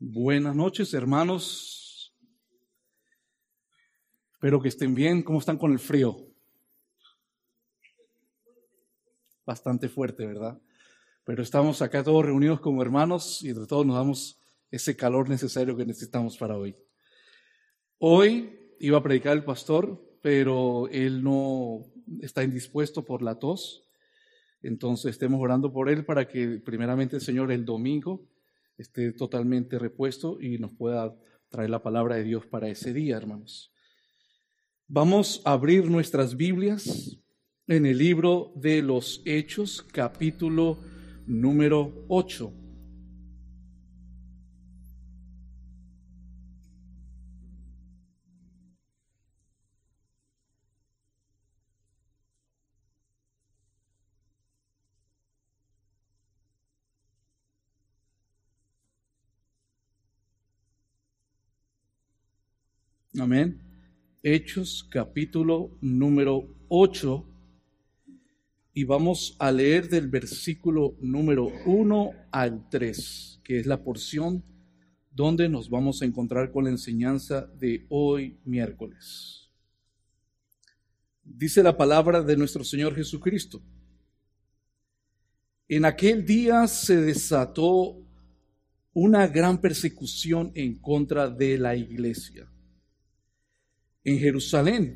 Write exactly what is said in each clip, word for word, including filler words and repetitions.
Buenas noches, hermanos. Espero que estén bien. ¿Cómo están con el frío? Bastante fuerte, ¿verdad? Pero estamos acá todos reunidos como hermanos y entre todos nos damos ese calor necesario que necesitamos para hoy. Hoy iba a predicar el pastor, pero él no está indispuesto por la tos. Entonces estemos orando por él para que primeramente el Señor el domingo esté totalmente repuesto y nos pueda traer la palabra de Dios para ese día, hermanos. Vamos a abrir nuestras Biblias en el libro de los Hechos, capítulo número ocho. Amén. Hechos capítulo número ocho y vamos a leer del versículo número uno al tres, que es la porción donde nos vamos a encontrar con la enseñanza de hoy miércoles. Dice la palabra de nuestro Señor Jesucristo. En aquel día se desató una gran persecución en contra de la iglesia en Jerusalén,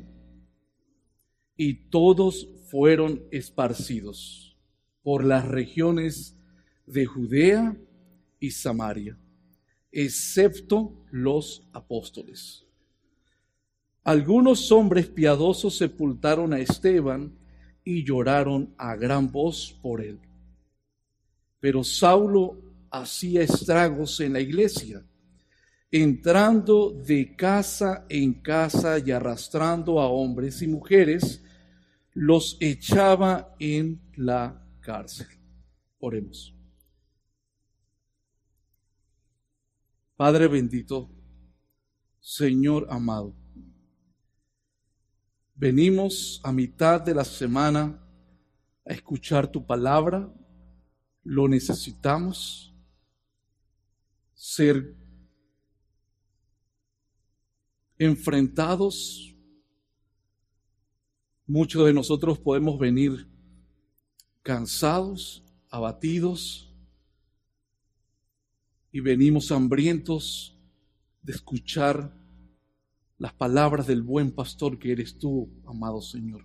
y todos fueron esparcidos por las regiones de Judea y Samaria, excepto los apóstoles. Algunos hombres piadosos sepultaron a Esteban y lloraron a gran voz por él. Pero Saulo hacía estragos en la iglesia, entrando de casa en casa y arrastrando a hombres y mujeres, los echaba en la cárcel. Oremos. Padre bendito, Señor amado, venimos a mitad de la semana a escuchar tu palabra. Lo necesitamos, ser enfrentados. Muchos de nosotros podemos venir cansados, abatidos, y venimos hambrientos de escuchar las palabras del buen pastor que eres tú, amado Señor.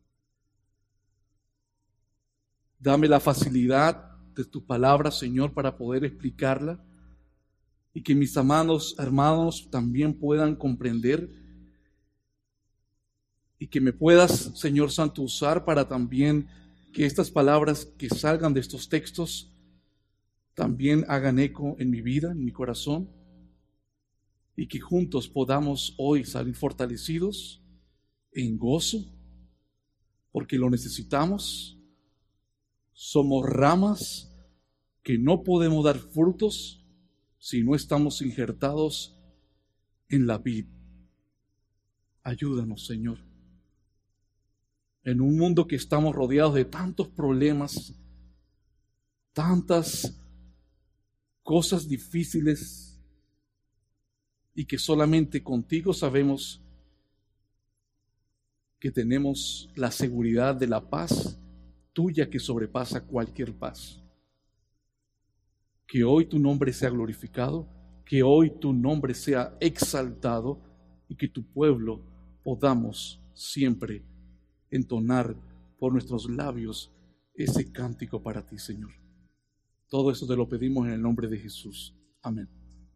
Dame la facilidad de tu palabra, Señor, para poder explicarla, y que mis amados hermanos también puedan comprender, y que me puedas, Señor Santo, usar para también que estas palabras que salgan de estos textos también hagan eco en mi vida, en mi corazón, y que juntos podamos hoy salir fortalecidos en gozo, porque lo necesitamos. Somos ramas que no podemos dar frutos si no estamos injertados en la vid. Ayúdanos, Señor. En un mundo que estamos rodeados de tantos problemas, tantas cosas difíciles, y que solamente contigo sabemos que tenemos la seguridad de la paz tuya que sobrepasa cualquier paz. Que hoy tu nombre sea glorificado, que hoy tu nombre sea exaltado, y que tu pueblo podamos siempre entonar por nuestros labios ese cántico para ti, Señor. Todo eso te lo pedimos en el nombre de Jesús. Amén.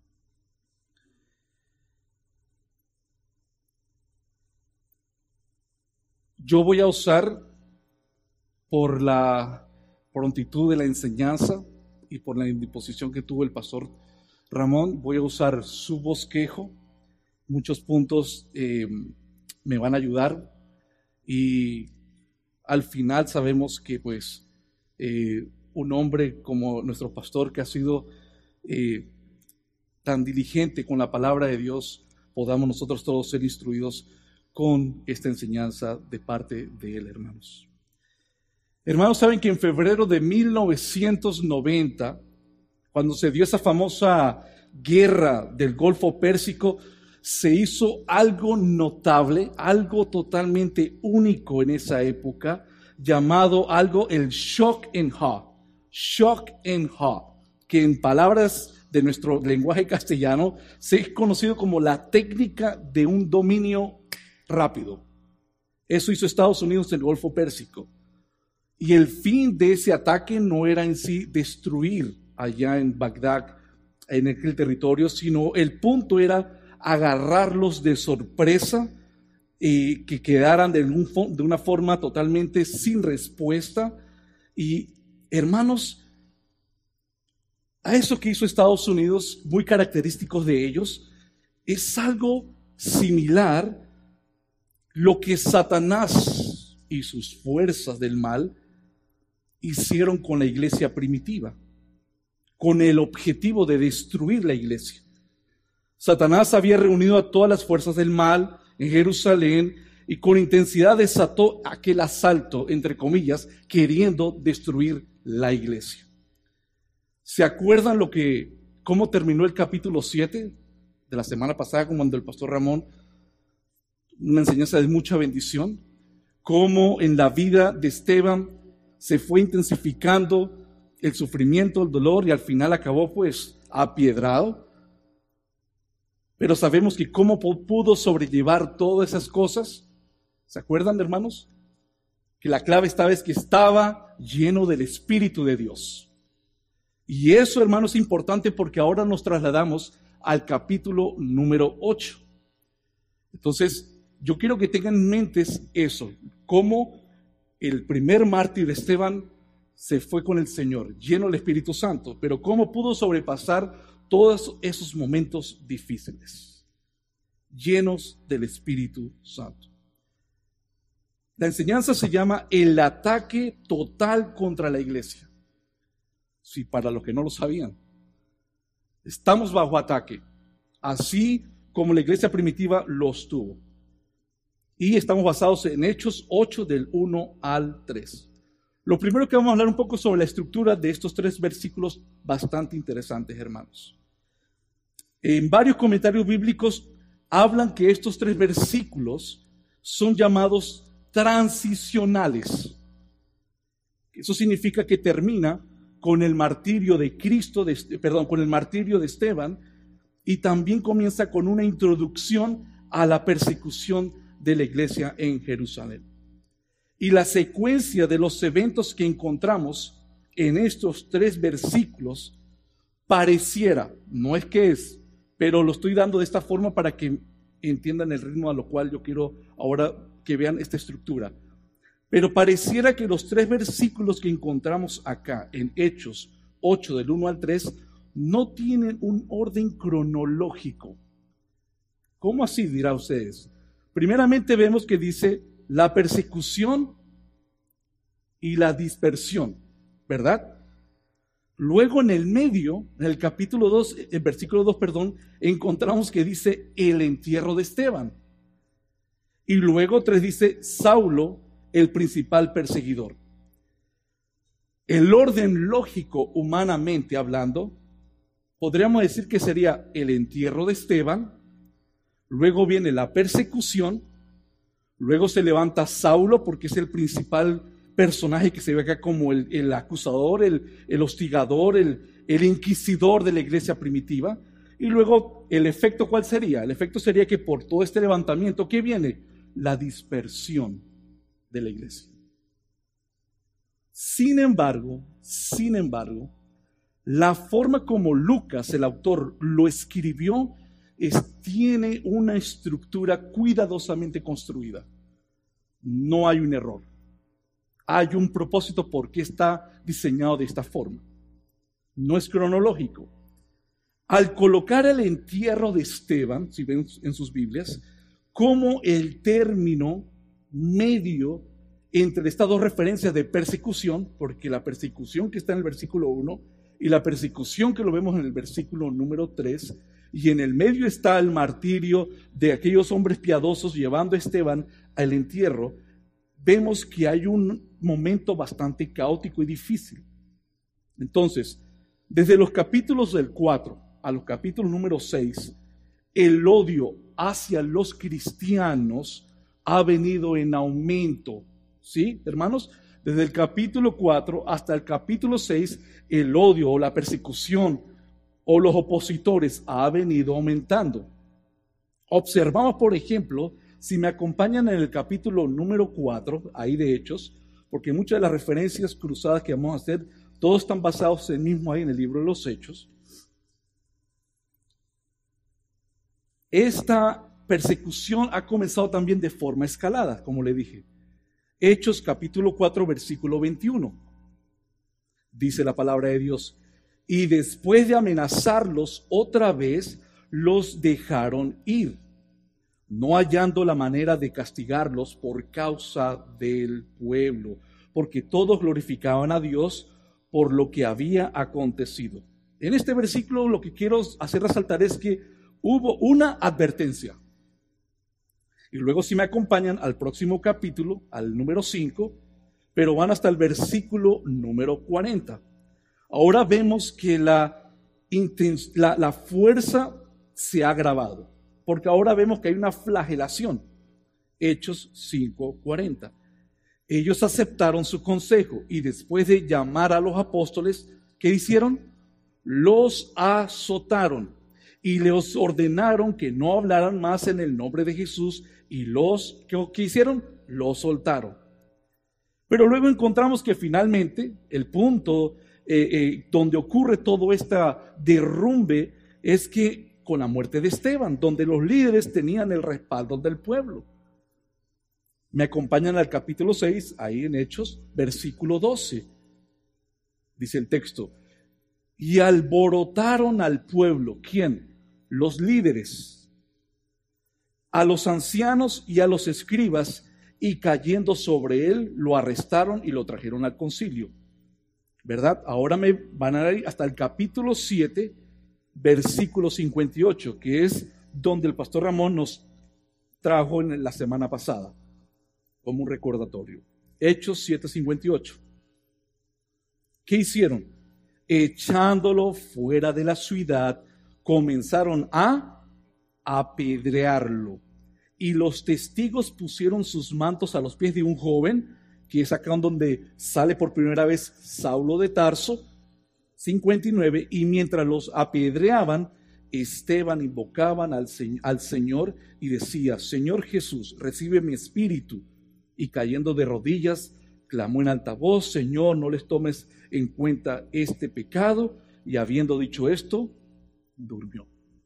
Yo voy a usar, por la prontitud de la enseñanza y por la indisposición que tuvo el pastor Ramón, voy a usar su bosquejo. Muchos puntos eh, me van a ayudar, y al final sabemos que pues eh, un hombre como nuestro pastor, que ha sido eh, tan diligente con la palabra de Dios, podamos nosotros todos ser instruidos con esta enseñanza de parte de él, hermanos. Hermanos, saben que en febrero de mil novecientos noventa, cuando se dio esa famosa guerra del Golfo Pérsico, se hizo algo notable, algo totalmente único en esa época, llamado algo el shock and awe. Shock and awe, que en palabras de nuestro lenguaje castellano se es conocido como la técnica de un dominio rápido. Eso hizo Estados Unidos en el Golfo Pérsico. Y el fin de ese ataque no era en sí destruir allá en Bagdad, en aquel territorio, sino el punto era agarrarlos de sorpresa y que quedaran de, un, de una forma totalmente sin respuesta. Y hermanos, a eso que hizo Estados Unidos, muy característicos de ellos, es algo similar lo que Satanás y sus fuerzas del mal hicieron con la iglesia primitiva, con el objetivo de destruir la iglesia. Satanás había reunido a todas las fuerzas del mal en Jerusalén y con intensidad desató aquel asalto, entre comillas, queriendo destruir la iglesia. ¿Se acuerdan lo que, cómo terminó el capítulo siete de la semana pasada, cuando el pastor Ramón, una enseñanza de mucha bendición, cómo en la vida de Esteban se fue intensificando el sufrimiento, el dolor y al final acabó pues apiedrado? Pero sabemos que cómo pudo sobrellevar todas esas cosas. ¿Se acuerdan, hermanos? Que la clave esta vez que estaba lleno del Espíritu de Dios. Y eso, hermanos, es importante porque ahora nos trasladamos al capítulo número ocho. Entonces, yo quiero que tengan en mente eso, cómo el primer mártir Esteban se fue con el Señor, lleno del Espíritu Santo, pero cómo pudo sobrepasar todos esos momentos difíciles, llenos del Espíritu Santo. La enseñanza se llama el ataque total contra la iglesia. Sí, para los que no lo sabían, estamos bajo ataque, así como la iglesia primitiva los tuvo. Y estamos basados en Hechos ocho del uno al tres. Lo primero que vamos a hablar un poco sobre la estructura de estos tres versículos bastante interesantes, hermanos. En varios comentarios bíblicos hablan que estos tres versículos son llamados transicionales. Eso significa que termina con el martirio de Cristo, de, perdón, con el martirio de Esteban, y también comienza con una introducción a la persecución de la iglesia en Jerusalén. Y la secuencia de los eventos que encontramos en estos tres versículos pareciera, no es que es, pero lo estoy dando de esta forma para que entiendan el ritmo a lo cual yo quiero ahora que vean esta estructura. Pero pareciera que los tres versículos que encontramos acá en Hechos ocho del uno al tres no tienen un orden cronológico. ¿Cómo así, dirá ustedes? Primeramente vemos que dice la persecución y la dispersión, ¿verdad? Luego en el medio, en el capítulo dos, en versículo dos, perdón, encontramos que dice el entierro de Esteban. Y luego tres dice Saulo, el principal perseguidor. El orden lógico, humanamente hablando, podríamos decir que sería el entierro de Esteban, luego viene la persecución, luego se levanta Saulo porque es el principal personaje que se ve acá como el, el acusador, el, el hostigador, el, el inquisidor de la iglesia primitiva. Y luego el efecto, ¿cuál sería? El efecto sería que por todo este levantamiento, ¿qué viene? La dispersión de la iglesia. Sin embargo, sin embargo, la forma como Lucas, el autor, lo escribió, es, tiene una estructura cuidadosamente construida. No hay un error. Hay un propósito por qué está diseñado de esta forma. No es cronológico. Al colocar el entierro de Esteban, si ven en sus Biblias, como el término medio entre estas dos referencias de persecución, porque la persecución que está en el versículo uno y la persecución que lo vemos en el versículo número tres, y en el medio está el martirio de aquellos hombres piadosos llevando a Esteban al entierro, vemos que hay un momento bastante caótico y difícil. Entonces, desde los capítulos del cuatro a los capítulos número seis, el odio hacia los cristianos ha venido en aumento. ¿Sí, hermanos? Desde el capítulo cuatro hasta el capítulo seis, el odio o la persecución o los opositores ha venido aumentando. Observamos, por ejemplo, si me acompañan en el capítulo número cuatro, ahí de Hechos, porque muchas de las referencias cruzadas que vamos a hacer, todos están basados en mismo ahí en el libro de los Hechos. Esta persecución ha comenzado también de forma escalada, como le dije. Hechos capítulo cuatro, versículo veintiuno. Dice la palabra de Dios: y después de amenazarlos otra vez, los dejaron ir, no hallando la manera de castigarlos por causa del pueblo, porque todos glorificaban a Dios por lo que había acontecido. En este versículo lo que quiero hacer resaltar es que hubo una advertencia. Y luego, si me acompañan al próximo capítulo, al número cinco, pero van hasta el versículo número cuarenta. Ahora vemos que la, la, la fuerza se ha agravado, porque ahora vemos que hay una flagelación. Hechos cinco cuarenta. Ellos aceptaron su consejo y después de llamar a los apóstoles, ¿qué hicieron? Los azotaron y les ordenaron que no hablaran más en el nombre de Jesús, y los que hicieron, los soltaron. Pero luego encontramos que finalmente el punto eh, eh, donde ocurre todo este derrumbe es que con la muerte de Esteban, donde los líderes tenían el respaldo del pueblo. Me acompañan al capítulo seis, ahí en Hechos, versículo doce. Dice el texto: y alborotaron al pueblo. ¿Quién? Los líderes, a los ancianos y a los escribas, y cayendo sobre él, lo arrestaron y lo trajeron al concilio. ¿Verdad? Ahora me van a ir hasta el capítulo siete, versículo cincuenta y ocho, que es donde el pastor Ramón nos trajo en la semana pasada, como un recordatorio. Hechos siete cincuenta y ocho. ¿Qué hicieron? Echándolo fuera de la ciudad, comenzaron a apedrearlo, y los testigos pusieron sus mantos a los pies de un joven, que es acá donde sale por primera vez Saulo de Tarso. cincuenta y nueve. Y mientras los apedreaban, Esteban invocaban al, al Señor y decía: Señor Jesús, recibe mi espíritu. Y cayendo de rodillas, clamó en alta voz: Señor, no les tomes en cuenta este pecado. Y habiendo dicho esto, durmió.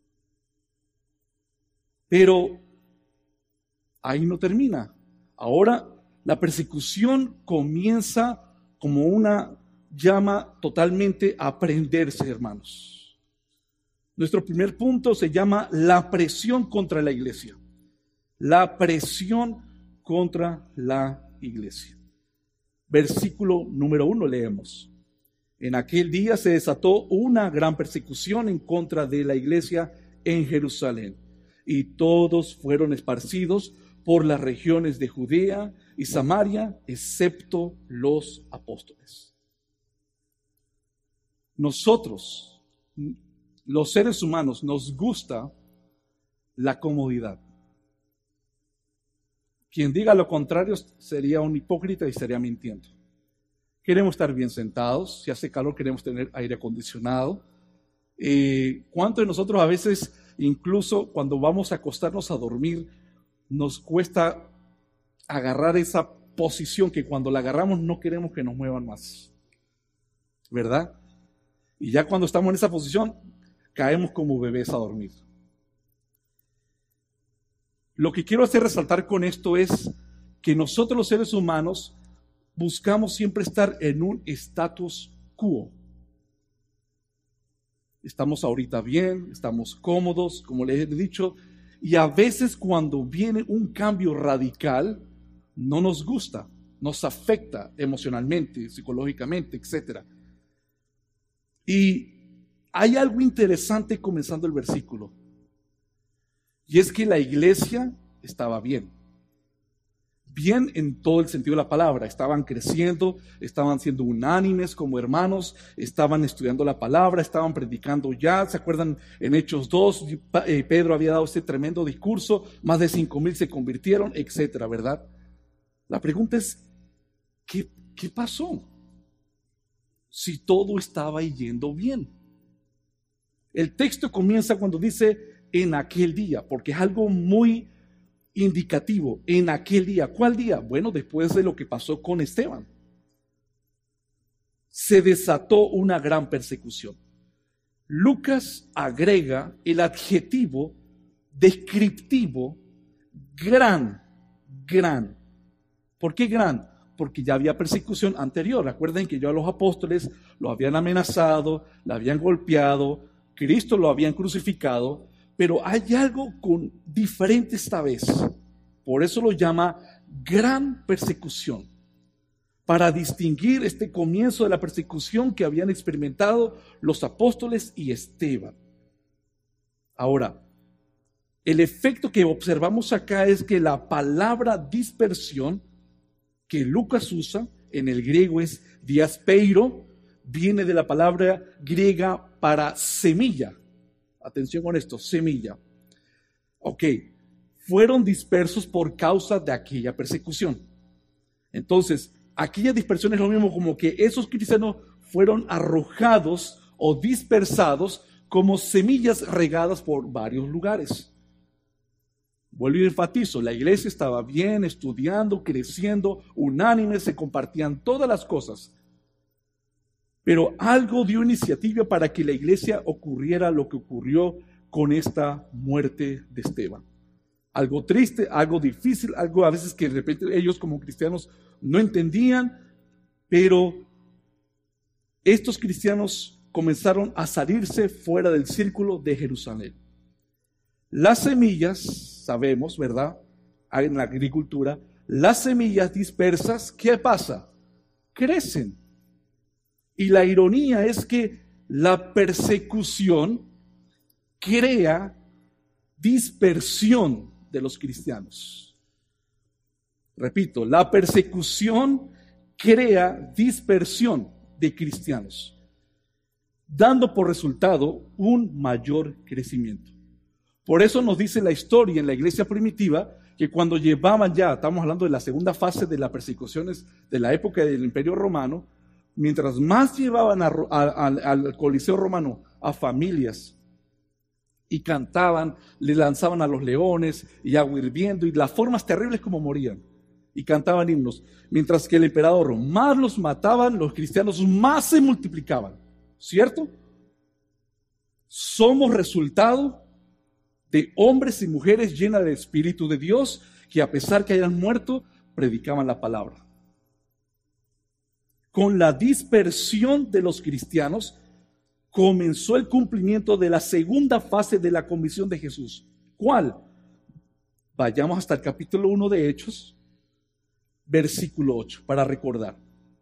Pero ahí no termina. Ahora la persecución comienza como una llama totalmente a prenderse, hermanos. Nuestro primer punto se llama la presión contra la iglesia. La presión contra la iglesia. Versículo número uno leemos: en aquel día se desató una gran persecución en contra de la iglesia en Jerusalén, y todos fueron esparcidos por las regiones de Judea y Samaria, excepto los apóstoles. Nosotros, los seres humanos, nos gusta la comodidad. Quien diga lo contrario sería un hipócrita y estaría mintiendo. Queremos estar bien sentados. Si hace calor, queremos tener aire acondicionado. Eh, ¿Cuántos de nosotros a veces, incluso cuando vamos a acostarnos a dormir, nos cuesta agarrar esa posición que cuando la agarramos no queremos que nos muevan más? ¿Verdad? Y ya cuando estamos en esa posición, caemos como bebés a dormir. Lo que quiero hacer resaltar con esto es que nosotros los seres humanos buscamos siempre estar en un status quo. Estamos ahorita bien, estamos cómodos, como les he dicho, y a veces cuando viene un cambio radical, no nos gusta, nos afecta emocionalmente, psicológicamente, etcétera. Y hay algo interesante comenzando el versículo, y es que la iglesia estaba bien. bien en todo el sentido de la palabra. Estaban creciendo, estaban siendo unánimes como hermanos, estaban estudiando la palabra, estaban predicando ya. ¿Se acuerdan? En Hechos dos, eh, Pedro había dado este tremendo discurso, más de cinco mil se convirtieron, etcétera, ¿verdad? La pregunta es, ¿qué, qué pasó? Si todo estaba yendo bien. El texto comienza cuando dice en aquel día, porque es algo muy indicativo. En aquel día. ¿Cuál día? Bueno, después de lo que pasó con Esteban. Se desató una gran persecución. Lucas agrega el adjetivo descriptivo gran, gran. ¿Por qué gran? Porque ya había persecución anterior. Recuerden que ya los apóstoles lo habían amenazado, lo habían golpeado, Cristo lo habían crucificado, pero hay algo con diferente esta vez. Por eso lo llama gran persecución, para distinguir este comienzo de la persecución que habían experimentado los apóstoles y Esteban. Ahora, el efecto que observamos acá es que la palabra dispersión que Lucas usa en el griego es diaspeiro, viene de la palabra griega para semilla. Atención con esto, semilla. Ok, fueron dispersos por causa de aquella persecución. Entonces, aquella dispersión es lo mismo como que esos cristianos fueron arrojados o dispersados como semillas regadas por varios lugares. Vuelvo y enfatizo, la iglesia estaba bien, estudiando, creciendo, unánimes, se compartían todas las cosas. Pero algo dio iniciativa para que la iglesia ocurriera lo que ocurrió con esta muerte de Esteban. Algo triste, algo difícil, algo a veces que de repente ellos como cristianos no entendían, pero estos cristianos comenzaron a salirse fuera del círculo de Jerusalén. Las semillas, sabemos, ¿verdad? En la agricultura, las semillas dispersas, ¿qué pasa? Crecen. Y la ironía es que la persecución crea dispersión de los cristianos. Repito, la persecución crea dispersión de cristianos, dando por resultado un mayor crecimiento. Por eso nos dice la historia en la iglesia primitiva que cuando llevaban ya, estamos hablando de la segunda fase de las persecuciones de la época del Imperio Romano, mientras más llevaban a, a, a, al Coliseo Romano a familias y cantaban, le lanzaban a los leones y agua hirviendo y las formas terribles como morían y cantaban himnos, mientras que el emperador más los mataban, los cristianos más se multiplicaban, ¿cierto? Somos resultado de hombres y mujeres llenas del Espíritu de Dios que a pesar que hayan muerto, predicaban la palabra. Con la dispersión de los cristianos, comenzó el cumplimiento de la segunda fase de la comisión de Jesús. ¿Cuál? Vayamos hasta el capítulo uno de Hechos, versículo ocho, para recordar.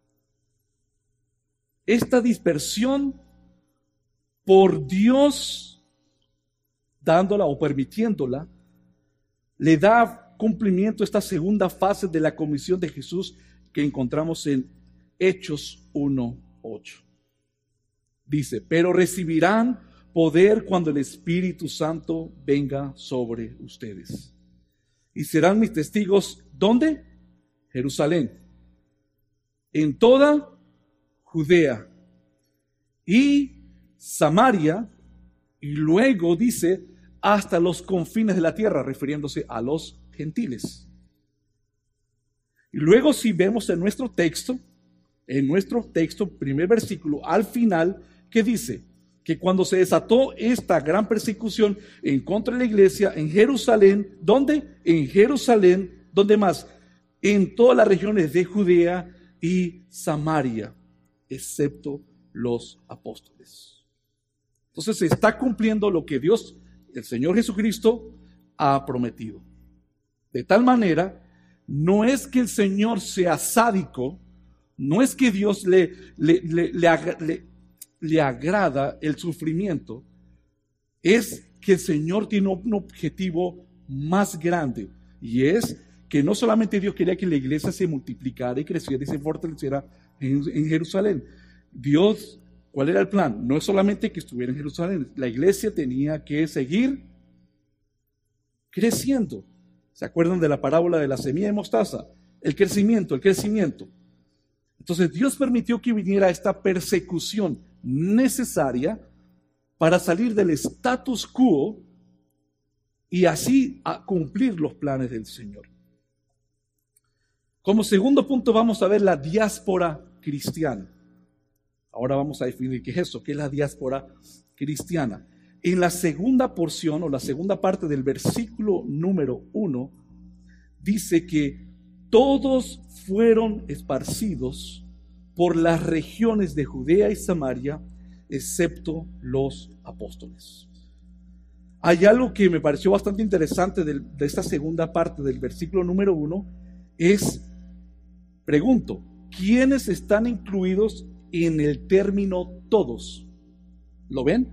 Esta dispersión por Dios, dándola o permitiéndola, le da cumplimiento a esta segunda fase de la comisión de Jesús que encontramos en Hechos uno ocho. Dice, pero recibirán poder cuando el Espíritu Santo venga sobre ustedes. Y serán mis testigos, ¿dónde? Jerusalén, en toda Judea y Samaria, y luego dice, hasta los confines de la tierra, refiriéndose a los gentiles. Y luego si vemos en nuestro texto, en nuestro texto, primer versículo, al final, ¿qué dice? Que cuando se desató esta gran persecución en contra de la iglesia en Jerusalén, ¿dónde? En Jerusalén, ¿dónde más? En todas las regiones de Judea y Samaria, excepto los apóstoles. Entonces se está cumpliendo lo que Dios, el Señor Jesucristo, ha prometido. De tal manera, no es que el Señor sea sádico, no es que Dios le, le, le, le, le, le agrada el sufrimiento, es que el Señor tiene un objetivo más grande y es que no solamente Dios quería que la iglesia se multiplicara y creciera y se fortaleciera en, en Jerusalén. Dios, ¿cuál era el plan? No es solamente que estuviera en Jerusalén, la iglesia tenía que seguir creciendo. ¿Se acuerdan de la parábola de la semilla de mostaza? El crecimiento, el crecimiento. Entonces Dios permitió que viniera esta persecución necesaria para salir del status quo y así a cumplir los planes del Señor. Como segundo punto vamos a ver la diáspora cristiana. Ahora vamos a definir qué es eso, qué es la diáspora cristiana. En la segunda porción o la segunda parte del versículo número uno, dice que todos fueron esparcidos por las regiones de Judea y Samaria, excepto los apóstoles. Hay algo que me pareció bastante interesante de, de esta segunda parte del versículo número uno, es, pregunto, ¿quiénes están incluidos en el término todos? ¿Lo ven?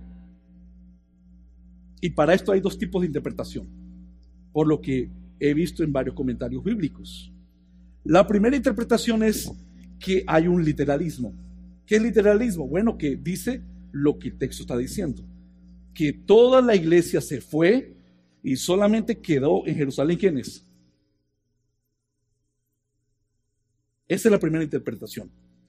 Y para esto hay dos tipos de interpretación, por lo que he visto en varios comentarios bíblicos. La primera interpretación es que hay un literalismo. ¿Qué es literalismo? Bueno, que dice lo que el texto está diciendo, que toda la iglesia se fue y solamente quedó en Jerusalén. ¿Quiénes? Esa es la primera interpretación.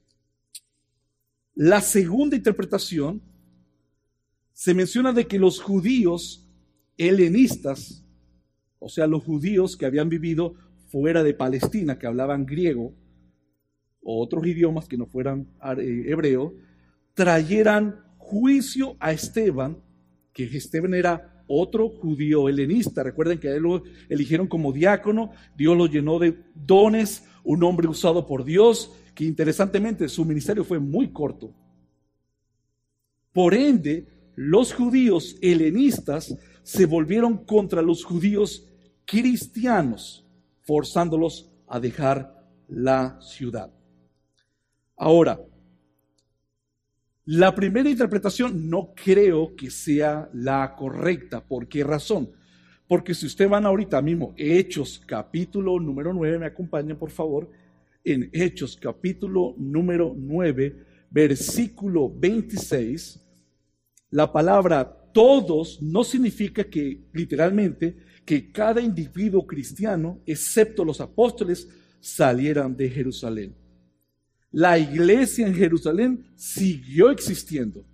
La segunda interpretación, se menciona de que los judíos helenistas, o sea, los judíos que habían vivido fuera de Palestina, que hablaban griego o otros idiomas que no fueran hebreo, trayeran juicio a Esteban, que Esteban era otro judío helenista. Recuerden que a él lo eligieron como diácono, Dios lo llenó de dones, un hombre usado por Dios, que interesantemente su ministerio fue muy corto. Por ende, los judíos helenistas se volvieron contra los judíos cristianos, forzándolos a dejar la ciudad. Ahora, la primera interpretación no creo que sea la correcta. ¿Por qué razón? Porque si ustedes van ahorita mismo, Hechos capítulo número nueve, me acompañan por favor, en Hechos capítulo número nueve, versículo veintiséis, la palabra todos no significa que literalmente que cada individuo cristiano, excepto los apóstoles, salieran de Jerusalén. La iglesia en Jerusalén siguió existiendo.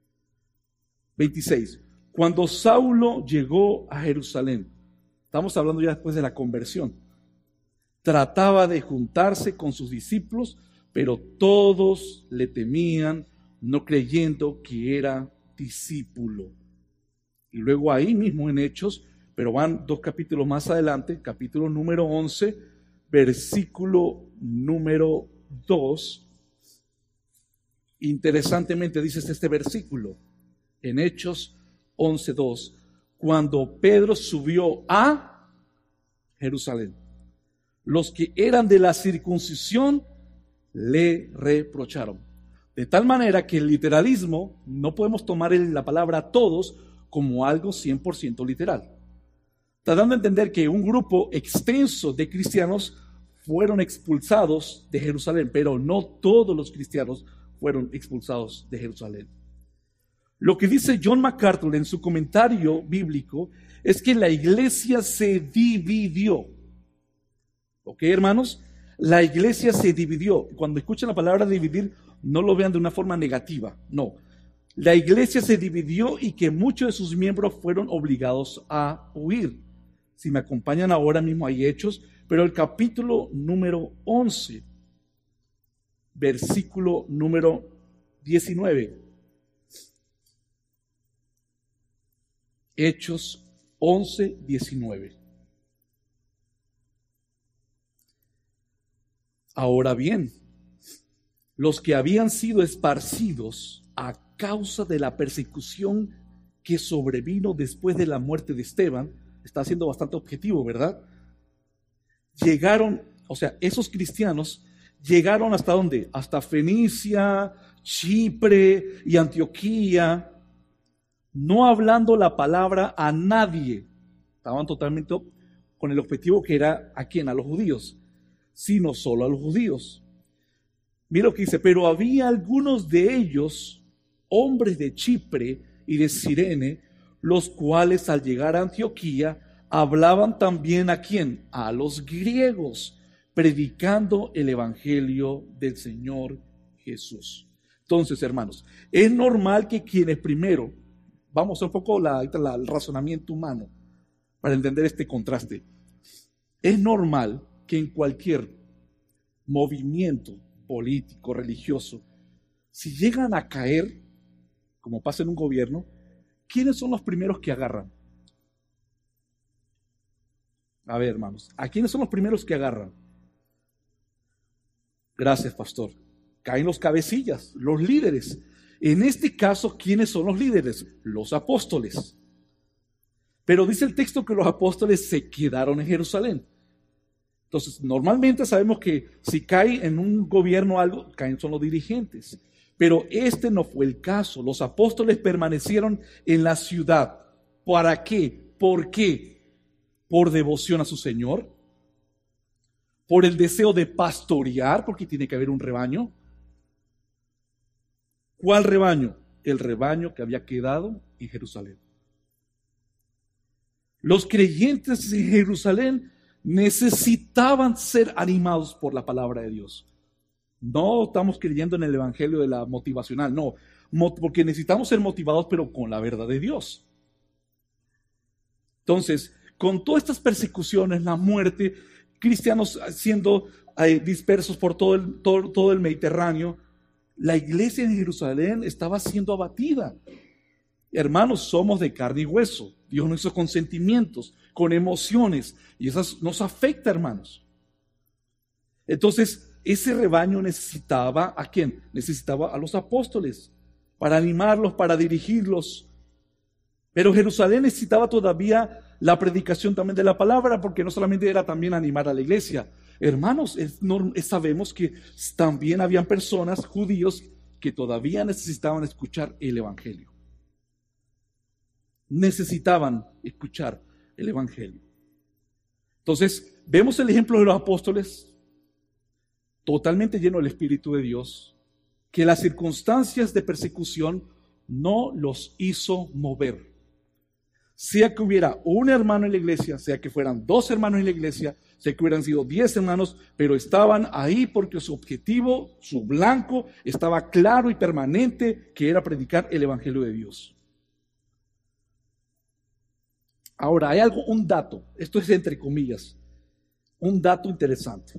veintiséis. Cuando Saulo llegó a Jerusalén, estamos hablando ya después de la conversión, trataba de juntarse con sus discípulos, pero todos le temían, no creyendo que era discípulo. Y luego ahí mismo en Hechos, pero van dos capítulos más adelante, capítulo número once, versículo número dos. Interesantemente dice este versículo, en Hechos once dos, cuando Pedro subió a Jerusalén, los que eran de la circuncisión le reprocharon. De tal manera que el literalismo, no podemos tomar la palabra todos como algo cien por ciento literal. Está dando a entender que un grupo extenso de cristianos fueron expulsados de Jerusalén, pero no todos los cristianos fueron expulsados de Jerusalén. Lo que dice John MacArthur en su comentario bíblico es que la iglesia se dividió. ¿Ok, hermanos? La iglesia se dividió. Cuando escuchan la palabra dividir, no lo vean de una forma negativa, no. La iglesia se dividió y que muchos de sus miembros fueron obligados a huir. Si me acompañan ahora mismo hay Hechos, pero el capítulo número once, versículo número diecinueve. Hechos once, diecinueve. Ahora bien, los que habían sido esparcidos a causa de la persecución que sobrevino después de la muerte de Esteban, está siendo bastante objetivo, ¿verdad? Llegaron, o sea, esos cristianos llegaron hasta ¿dónde? Hasta Fenicia, Chipre y Antioquía, no hablando la palabra a nadie. Estaban totalmente con el objetivo que era ¿a quién? A los judíos, sino solo a los judíos. Mira lo que dice, pero había algunos de ellos, hombres de Chipre y de Cirene, los cuales al llegar a Antioquía hablaban también ¿a quién? A los griegos, predicando el evangelio del Señor Jesús. Entonces, hermanos, es normal que quienes primero, vamos a un poco la, la, el razonamiento humano para entender este contraste. Es normal que en cualquier movimiento político, religioso, si llegan a caer, como pasa en un gobierno, ¿quiénes son los primeros que agarran? A ver, hermanos, ¿a quiénes son los primeros que agarran? Gracias, pastor. Caen los cabecillas, los líderes. En este caso, ¿quiénes son los líderes? Los apóstoles. Pero dice el texto que los apóstoles se quedaron en Jerusalén. Entonces, normalmente sabemos que si cae en un gobierno algo, caen son los dirigentes. Pero este no fue el caso. Los apóstoles permanecieron en la ciudad. ¿Para qué? ¿Por qué? ¿Por devoción a su Señor? ¿Por el deseo de pastorear? Porque tiene que haber un rebaño. ¿Cuál rebaño? El rebaño que había quedado en Jerusalén. Los creyentes en Jerusalén necesitaban ser animados por la palabra de Dios. No estamos creyendo en el evangelio de la motivacional, no, porque necesitamos ser motivados, pero con la verdad de Dios. Entonces, con todas estas persecuciones, la muerte, cristianos siendo eh, dispersos por todo el, todo, todo el Mediterráneo, la iglesia en Jerusalén estaba siendo abatida. Hermanos, somos de carne y hueso. Dios nos hizo con sentimientos, con emociones, y eso nos afecta, hermanos. Entonces, ese rebaño necesitaba ¿a quién? Necesitaba a los apóstoles para animarlos, para dirigirlos. Pero Jerusalén necesitaba todavía la predicación también de la palabra, porque no solamente era también animar a la iglesia. Hermanos, es, no, es, sabemos que también habían personas, judíos, que todavía necesitaban escuchar el evangelio. Necesitaban escuchar el evangelio. Entonces, vemos el ejemplo de los apóstoles, totalmente lleno del Espíritu de Dios, que las circunstancias de persecución no los hizo mover. Sea que hubiera un hermano en la iglesia, sea que fueran dos hermanos en la iglesia, sea que hubieran sido diez hermanos, pero estaban ahí porque su objetivo, su blanco, estaba claro y permanente, que era predicar el evangelio de Dios. Ahora, hay algo, un dato, esto es entre comillas, un dato interesante.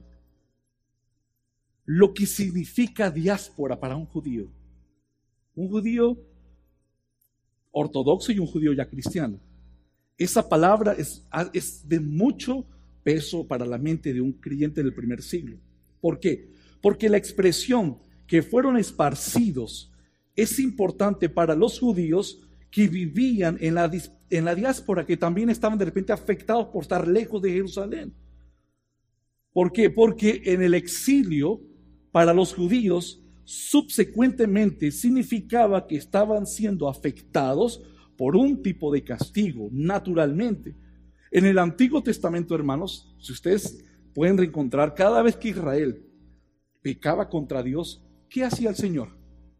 Lo que significa diáspora para un judío. Un judío ortodoxo y un judío ya cristiano. Esa palabra es, es de mucho peso para la mente de un creyente del primer siglo. ¿Por qué? Porque la expresión que fueron esparcidos es importante para los judíos que vivían en la, en la diáspora, que también estaban de repente afectados por estar lejos de Jerusalén. ¿Por qué? Porque en el exilio, para los judíos, subsecuentemente significaba que estaban siendo afectados por un tipo de castigo, naturalmente. En el Antiguo Testamento, hermanos, si ustedes pueden reencontrar, cada vez que Israel pecaba contra Dios, ¿qué hacía el Señor?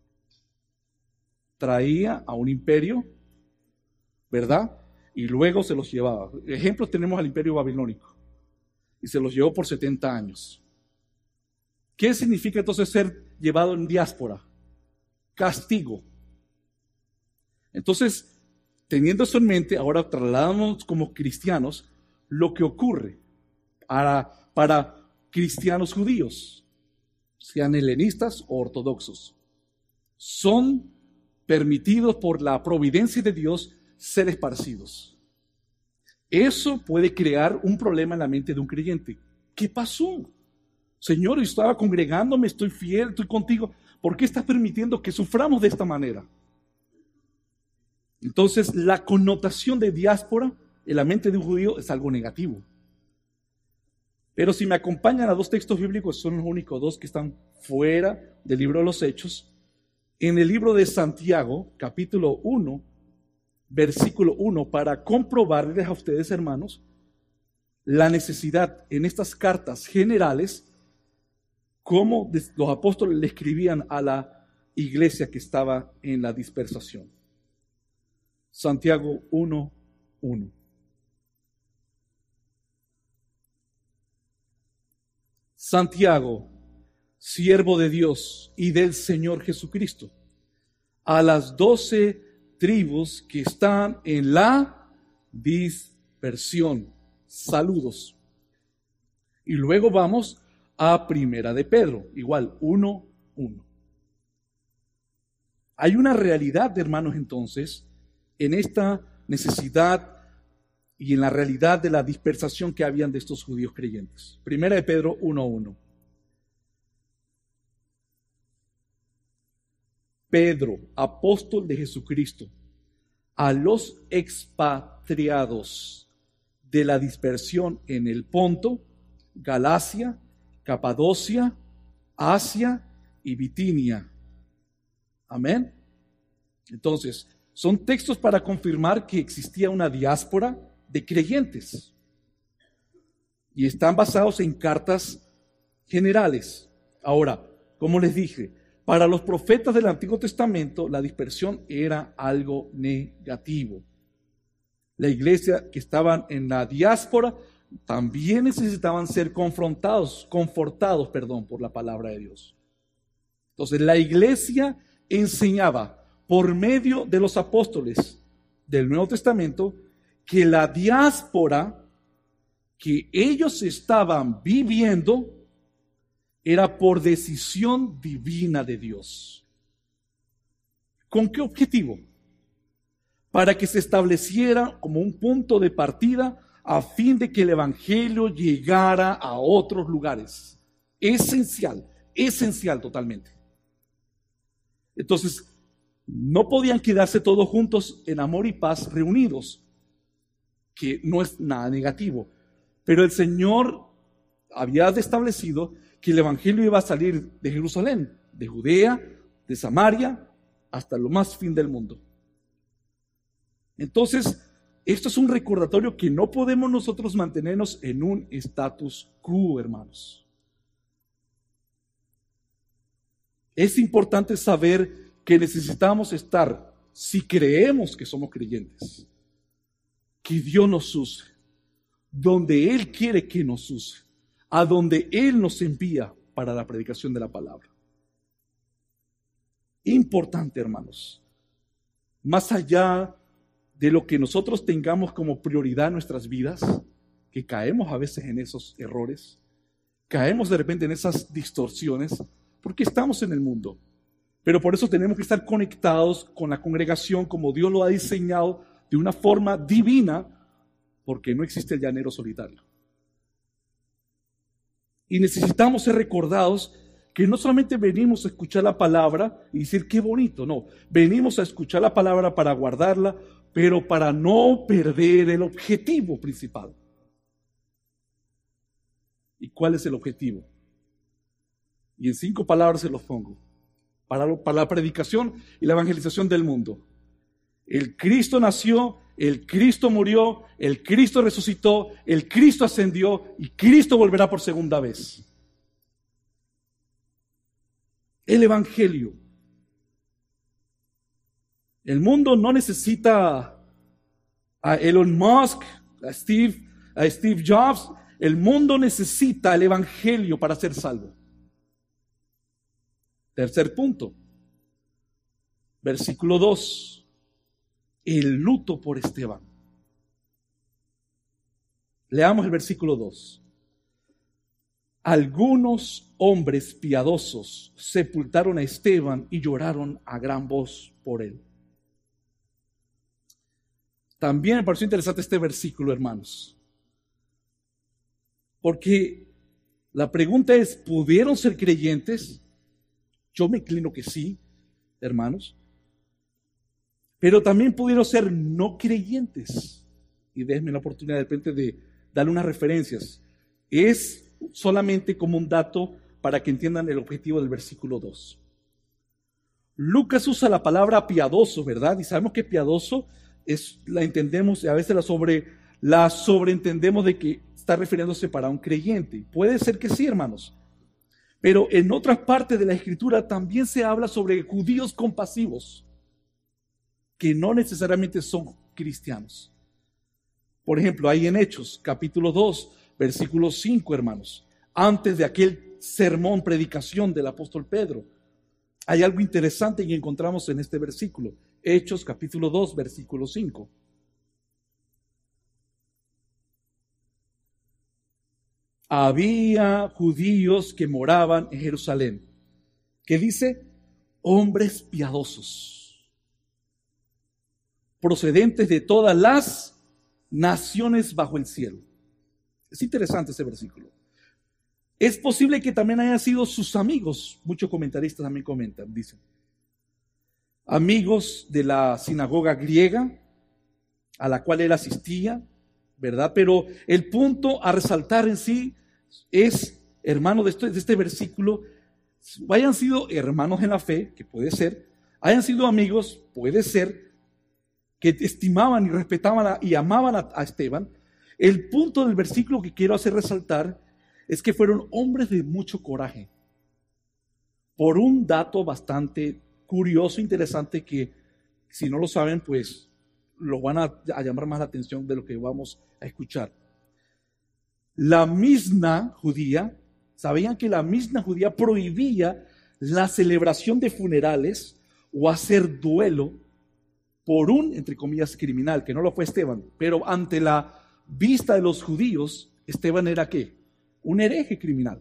Traía a un imperio, ¿verdad? Y luego se los llevaba. Ejemplos tenemos al imperio babilónico. Y se los llevó por setenta años. ¿Qué significa entonces ser llevado en diáspora? Castigo. Entonces, teniendo eso en mente, ahora trasladamos como cristianos lo que ocurre para, para cristianos judíos, sean helenistas o ortodoxos. Son permitidos por la providencia de Dios ser esparcidos. Eso puede crear un problema en la mente de un creyente. ¿Qué pasó? Señor, yo estaba congregándome, estoy fiel, estoy contigo. ¿Por qué estás permitiendo que suframos de esta manera? Entonces, la connotación de diáspora en la mente de un judío es algo negativo. Pero si me acompañan a dos textos bíblicos, son los únicos dos que están fuera del libro de los Hechos. En el libro de Santiago, capítulo uno, versículo uno, para comprobarles a ustedes, hermanos, la necesidad en estas cartas generales, cómo los apóstoles le escribían a la iglesia que estaba en la dispersación. Santiago uno, uno. Santiago, siervo de Dios y del Señor Jesucristo, a las doce tribus que están en la dispersión. Saludos. Y luego vamos a Primera de Pedro, igual, uno, uno. Hay una realidad, hermanos, entonces, en esta necesidad y en la realidad de la dispersación que habían de estos judíos creyentes. Primera de Pedro uno, uno. Pedro, apóstol de Jesucristo, a los expatriados de la dispersión en el Ponto, Galacia, Capadocia, Asia y Bitinia. Amén. Entonces, son textos para confirmar que existía una diáspora de creyentes y están basados en cartas generales. Ahora, como les dije, para los profetas del Antiguo Testamento la dispersión era algo negativo. La iglesia que estaban en la diáspora también necesitaban ser confrontados, confortados, perdón, por la palabra de Dios. Entonces, la iglesia enseñaba por medio de los apóstoles del Nuevo Testamento que la diáspora que ellos estaban viviendo era por decisión divina de Dios. ¿Con qué objetivo? Para que se estableciera como un punto de partida a fin de que el evangelio llegara a otros lugares. Esencial, esencial totalmente. Entonces, no podían quedarse todos juntos en amor y paz reunidos, que no es nada negativo. Pero el Señor había establecido que el evangelio iba a salir de Jerusalén, de Judea, de Samaria, hasta lo más fin del mundo. Entonces, esto es un recordatorio que no podemos nosotros mantenernos en un status quo, hermanos. Es importante saber que necesitamos estar, si creemos que somos creyentes, que Dios nos use, donde Él quiere que nos use, a donde Él nos envía para la predicación de la palabra. Importante, hermanos, más allá de lo que nosotros tengamos como prioridad en nuestras vidas, que caemos a veces en esos errores, caemos de repente en esas distorsiones, porque estamos en el mundo. Pero por eso tenemos que estar conectados con la congregación como Dios lo ha diseñado de una forma divina, porque no existe el llanero solitario. Y necesitamos ser recordados que no solamente venimos a escuchar la palabra y decir qué bonito, no, venimos a escuchar la palabra para guardarla, pero para no perder el objetivo principal. ¿Y cuál es el objetivo? Y en cinco palabras se los pongo. Para, lo, para la predicación y la evangelización del mundo. El Cristo nació, el Cristo murió, el Cristo resucitó, el Cristo ascendió y Cristo volverá por segunda vez. El evangelio. El mundo no necesita a Elon Musk, a Steve, a Steve Jobs. El mundo necesita el evangelio para ser salvo. Tercer punto, versículo dos, el luto por Esteban. Leamos el versículo dos. Algunos hombres piadosos sepultaron a Esteban y lloraron a gran voz por él. También me pareció interesante este versículo, hermanos, porque la pregunta es, ¿pudieron ser creyentes? Yo me inclino que sí, hermanos. Pero también pudieron ser no creyentes. Y déjenme la oportunidad de repente de darle unas referencias. Es solamente como un dato para que entiendan el objetivo del versículo dos. Lucas usa la palabra piadoso, ¿verdad? Y sabemos que piadoso es, la entendemos, a veces la, sobre, la sobreentendemos de que está refiriéndose para un creyente. Puede ser que sí, hermanos. Pero en otras partes de la Escritura también se habla sobre judíos compasivos, que no necesariamente son cristianos. Por ejemplo, hay en Hechos, capítulo dos, versículo cinco, hermanos. Antes de aquel sermón, predicación del apóstol Pedro, hay algo interesante que encontramos en este versículo. Hechos, capítulo dos, versículo cinco. Había judíos que moraban en Jerusalén, que dice, hombres piadosos, procedentes de todas las naciones bajo el cielo. Es interesante ese versículo. Es posible que también hayan sido sus amigos, muchos comentaristas también comentan, dicen, amigos de la sinagoga griega a la cual él asistía, ¿verdad? Pero el punto a resaltar en sí es, hermano, de este, de este versículo, hayan sido hermanos en la fe, que puede ser, hayan sido amigos, puede ser, que estimaban y respetaban a, y amaban a, a Esteban. El punto del versículo que quiero hacer resaltar es que fueron hombres de mucho coraje, por un dato bastante curioso, interesante, que si no lo saben, pues lo van a, a llamar más la atención de lo que vamos a escuchar. La misma judía, sabían que la misma judía prohibía la celebración de funerales o hacer duelo por un, entre comillas, criminal, que no lo fue Esteban, pero ante la vista de los judíos, Esteban era ¿qué? Un hereje criminal.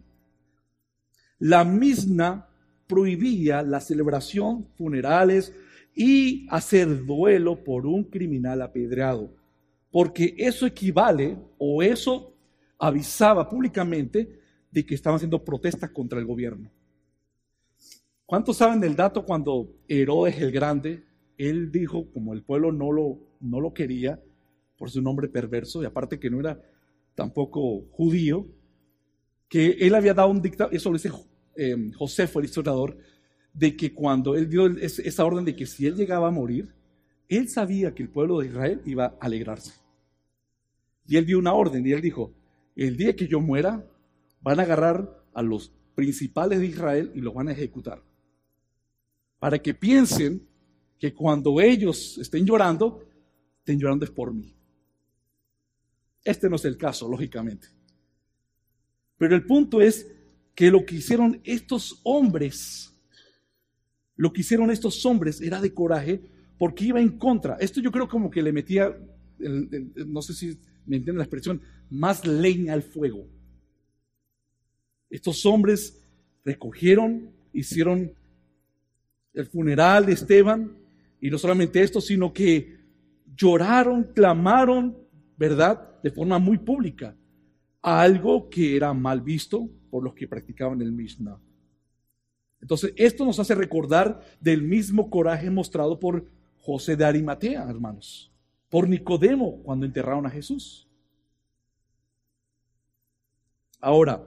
La misma prohibía la celebración, funerales y hacer duelo por un criminal apedreado, porque eso equivale o eso avisaba públicamente de que estaban haciendo protestas contra el gobierno. ¿Cuántos saben del dato cuando Herodes el Grande, él dijo, como el pueblo no lo, no lo quería por su nombre perverso, y aparte que no era tampoco judío, que él había dado un dictado, eso lo dice eh, Josefo, el historiador, de que cuando él dio esa orden de que si él llegaba a morir, él sabía que el pueblo de Israel iba a alegrarse. Y él dio una orden y él dijo, el día que yo muera, van a agarrar a los principales de Israel y los van a ejecutar. Para que piensen que cuando ellos estén llorando, estén llorando es por mí. Este no es el caso, lógicamente. Pero el punto es que lo que hicieron estos hombres, lo que hicieron estos hombres era de coraje porque iba en contra. Esto yo creo como que le metía, el, el, no sé si me entienden la expresión, más leña al fuego. Estos hombres recogieron, hicieron el funeral de Esteban, y no solamente esto, sino que lloraron, clamaron, ¿verdad?, de forma muy pública, a algo que era mal visto por los que practicaban el Mishnah. Entonces, esto nos hace recordar del mismo coraje mostrado por José de Arimatea, hermanos, por Nicodemo cuando enterraron a Jesús. Ahora,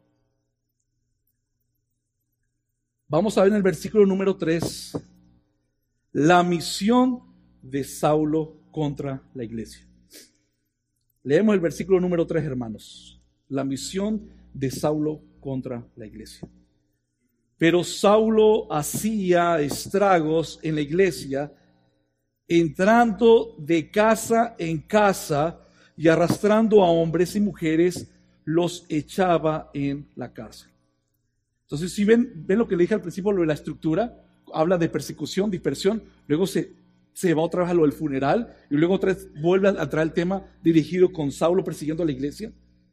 vamos a ver en el versículo número tres, la misión de Saulo contra la iglesia. Leemos el versículo número tres, hermanos. La misión de Saulo contra la iglesia. Pero Saulo hacía estragos en la iglesia, entrando de casa en casa y arrastrando a hombres y mujeres, los echaba en la cárcel. Entonces, si ven, ven lo que le dije al principio, lo de la estructura, habla de persecución, dispersión, luego se, se va otra vez a lo del funeral, y luego otra vez vuelve a traer el tema dirigido con Saulo persiguiendo a la iglesia.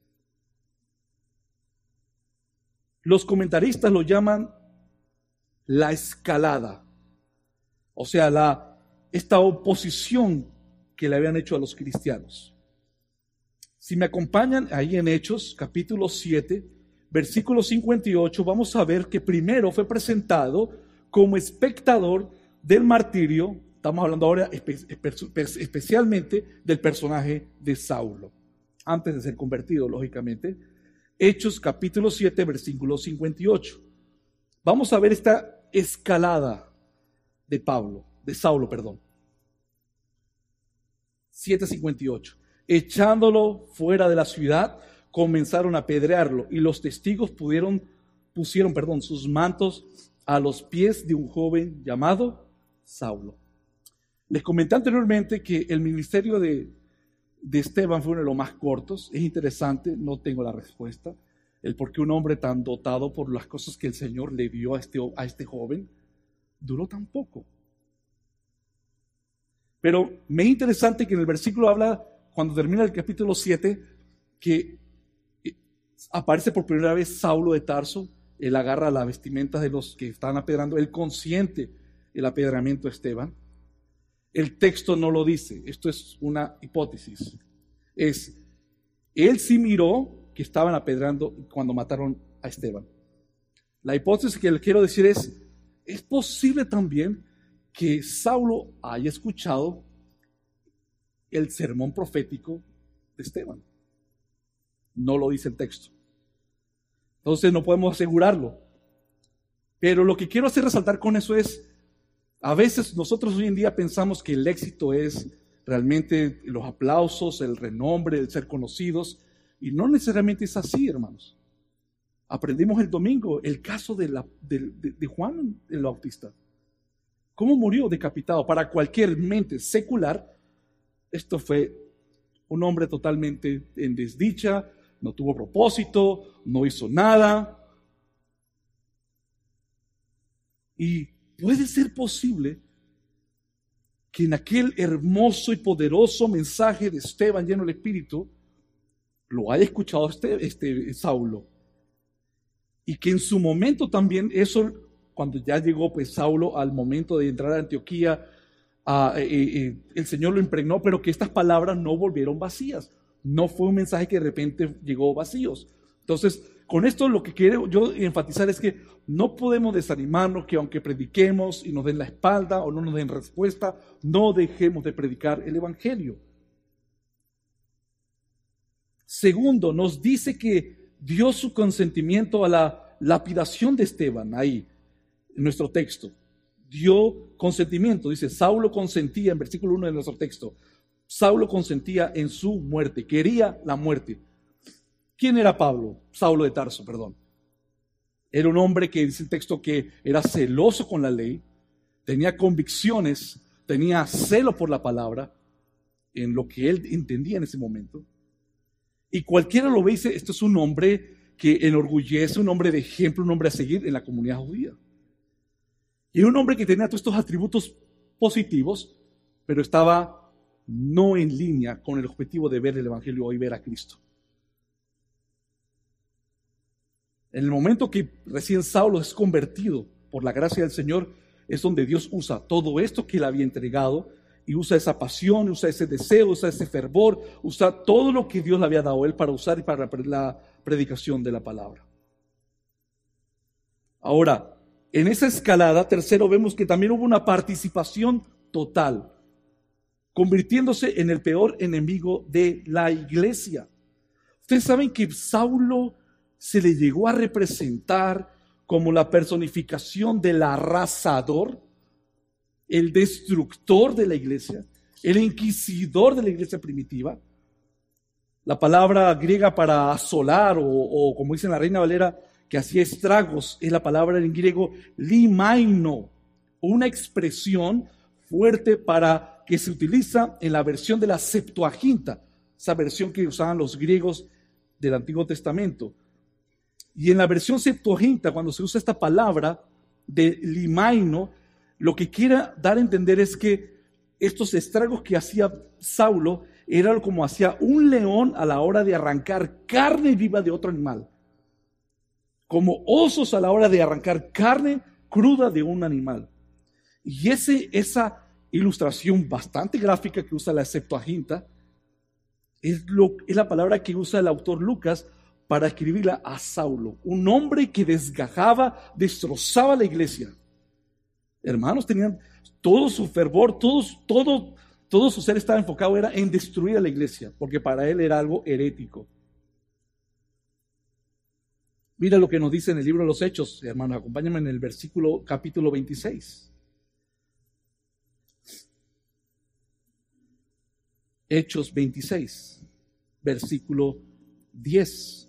Los comentaristas lo llaman la escalada, o sea, la, esta oposición que le habían hecho a los cristianos. Si me acompañan ahí en Hechos, capítulo siete, versículo cincuenta y ocho, vamos a ver que primero fue presentado como espectador del martirio. Estamos hablando ahora espe- espe- especialmente del personaje de Saulo, antes de ser convertido, lógicamente. Hechos capítulo siete, versículo cincuenta y ocho. Vamos a ver esta escalada de Pablo, de Saulo, perdón. siete cincuenta y ocho. Echándolo fuera de la ciudad, comenzaron a apedrearlo y los testigos pudieron, pusieron perdón, sus mantos a los pies de un joven llamado Saulo. Les comenté anteriormente que el ministerio de, de Esteban fue uno de los más cortos. Es interesante, no tengo la respuesta, el por qué un hombre tan dotado por las cosas que el Señor le dio a este, a este joven duró tan poco. Pero me es interesante que en el versículo habla, cuando termina el capítulo siete, que aparece por primera vez Saulo de Tarso. Él agarra la vestimenta de los que estaban apedrando, él consiente el apedramiento de Esteban. El texto no lo dice, esto es una hipótesis. Es, él sí miró que estaban apedrando cuando mataron a Esteban. La hipótesis que le quiero decir es, es posible también que Saulo haya escuchado el sermón profético de Esteban. No lo dice el texto. Entonces no podemos asegurarlo. Pero lo que quiero hacer resaltar con eso es, a veces nosotros hoy en día pensamos que el éxito es realmente los aplausos, el renombre, el ser conocidos, y no necesariamente es así, hermanos. Aprendimos el domingo el caso de, la, de, de, de Juan el Bautista. ¿Cómo murió? Decapitado. Para cualquier mente secular, esto fue un hombre totalmente en desdicha, no tuvo propósito, no hizo nada. Y puede ser posible que en aquel hermoso y poderoso mensaje de Esteban lleno del Espíritu, lo haya escuchado este, este Saulo. Y que en su momento también eso, cuando ya llegó pues Saulo al momento de entrar a Antioquía, uh, eh, eh, el Señor lo impregnó, pero que estas palabras no volvieron vacías. No fue un mensaje que de repente llegó vacíos. Entonces, con esto lo que quiero yo enfatizar es que no podemos desanimarnos, que aunque prediquemos y nos den la espalda o no nos den respuesta, no dejemos de predicar el Evangelio. Segundo, nos dice que dio su consentimiento a la lapidación de Esteban, ahí, en nuestro texto. Dio consentimiento, dice, Saulo consentía, en versículo uno de nuestro texto, Saulo consentía en su muerte, quería la muerte. ¿Quién era Pablo? Saulo de Tarso, perdón. Era un hombre que dice el texto que era celoso con la ley, tenía convicciones, tenía celo por la palabra, en lo que él entendía en ese momento. Y cualquiera lo ve y dice, esto es un hombre que enorgullece, un hombre de ejemplo, un hombre a seguir en la comunidad judía. Y un hombre que tenía todos estos atributos positivos, pero estaba no en línea con el objetivo de ver el Evangelio y ver a Cristo. En el momento que recién Saulo es convertido por la gracia del Señor, es donde Dios usa todo esto que él había entregado y usa esa pasión, usa ese deseo, usa ese fervor, usa todo lo que Dios le había dado a él para usar y para la predicación de la palabra. Ahora, en esa escalada, tercero, vemos que también hubo una participación total, convirtiéndose en el peor enemigo de la iglesia. Ustedes saben que Saulo se le llegó a representar como la personificación del arrasador, el destructor de la iglesia, el inquisidor de la iglesia primitiva. La palabra griega para asolar o, o como dice la Reina Valera, que hacía estragos, es la palabra en griego limaino, una expresión fuerte para que se utiliza en la versión de la Septuaginta, esa versión que usaban los griegos del Antiguo Testamento. Y en la versión Septuaginta, cuando se usa esta palabra de limaino, lo que quiera dar a entender es que estos estragos que hacía Saulo eran como hacía un león a la hora de arrancar carne viva de otro animal, como osos a la hora de arrancar carne cruda de un animal. Y ese, esa ilustración bastante gráfica que usa la Septuaginta es, lo, es la palabra que usa el autor Lucas para escribirla a Saulo, un hombre que desgajaba, destrozaba la iglesia. Hermanos, tenían todo su fervor, todos, todo, todo su ser estaba enfocado era en destruir a la iglesia, porque para él era algo herético. Mira lo que nos dice en el libro de los Hechos, hermanos, acompáñame en el versículo capítulo veintiséis. Hechos veintiséis, versículo diez.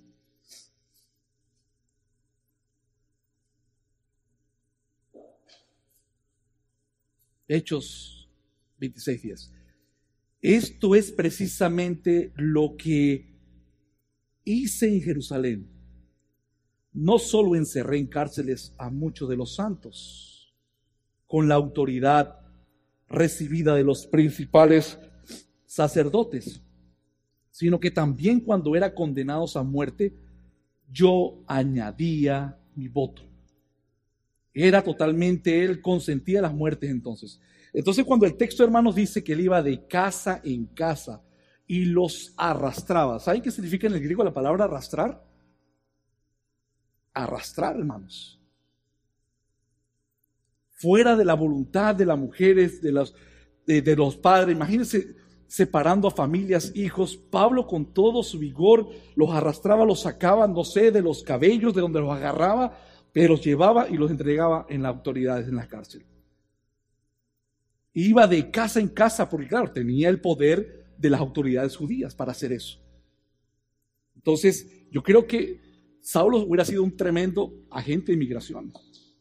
Hechos veintiséis, diez. Esto es precisamente lo que hice en Jerusalén. No solo encerré en cárceles a muchos de los santos, con la autoridad recibida de los principales sacerdotes, sino que también cuando eran condenados a muerte, yo añadía mi voto. Era totalmente, él consentía las muertes entonces. Entonces cuando el texto, hermanos, dice que él iba de casa en casa y los arrastraba. ¿Saben qué significa en el griego la palabra arrastrar? Arrastrar, hermanos. Fuera de la voluntad de las mujeres, de los, de, de los padres. Imagínense separando a familias, hijos. Pablo con todo su vigor los arrastraba, los sacaba, no sé, de los cabellos, de donde los agarraba, pero los llevaba y los entregaba en las autoridades, en la cárcel. Iba de casa en casa porque, claro, tenía el poder de las autoridades judías para hacer eso. Entonces, yo creo que Saulo hubiera sido un tremendo agente de inmigración.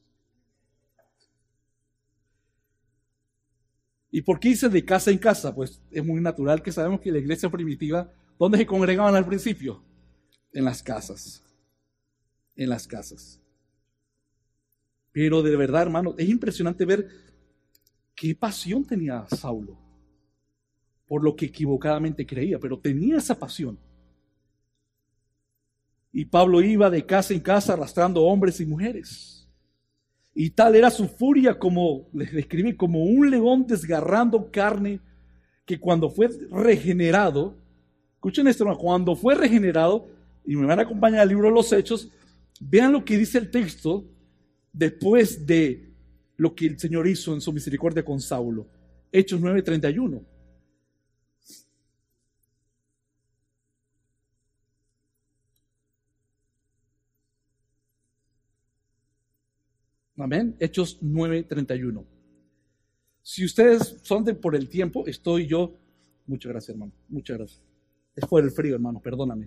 ¿Y por qué dice de casa en casa? Pues es muy natural que sabemos que la iglesia primitiva, ¿dónde se congregaban al principio? En las casas. En las casas. Pero de verdad, hermano, es impresionante ver qué pasión tenía Saulo por lo que equivocadamente creía, pero tenía esa pasión. Y Pablo iba de casa en casa arrastrando hombres y mujeres. Y tal era su furia, como les describí, como un león desgarrando carne, que cuando fue regenerado, escuchen esto, cuando fue regenerado, y me van a acompañar al libro de los Hechos, vean lo que dice el texto después de lo que el Señor hizo en su misericordia con Saulo. Hechos nueve treinta y uno. Amén. Hechos nueve treinta y uno. Si ustedes son de por el tiempo, estoy yo. Muchas gracias, hermano. Muchas gracias. Es por el frío, hermano. Perdóname.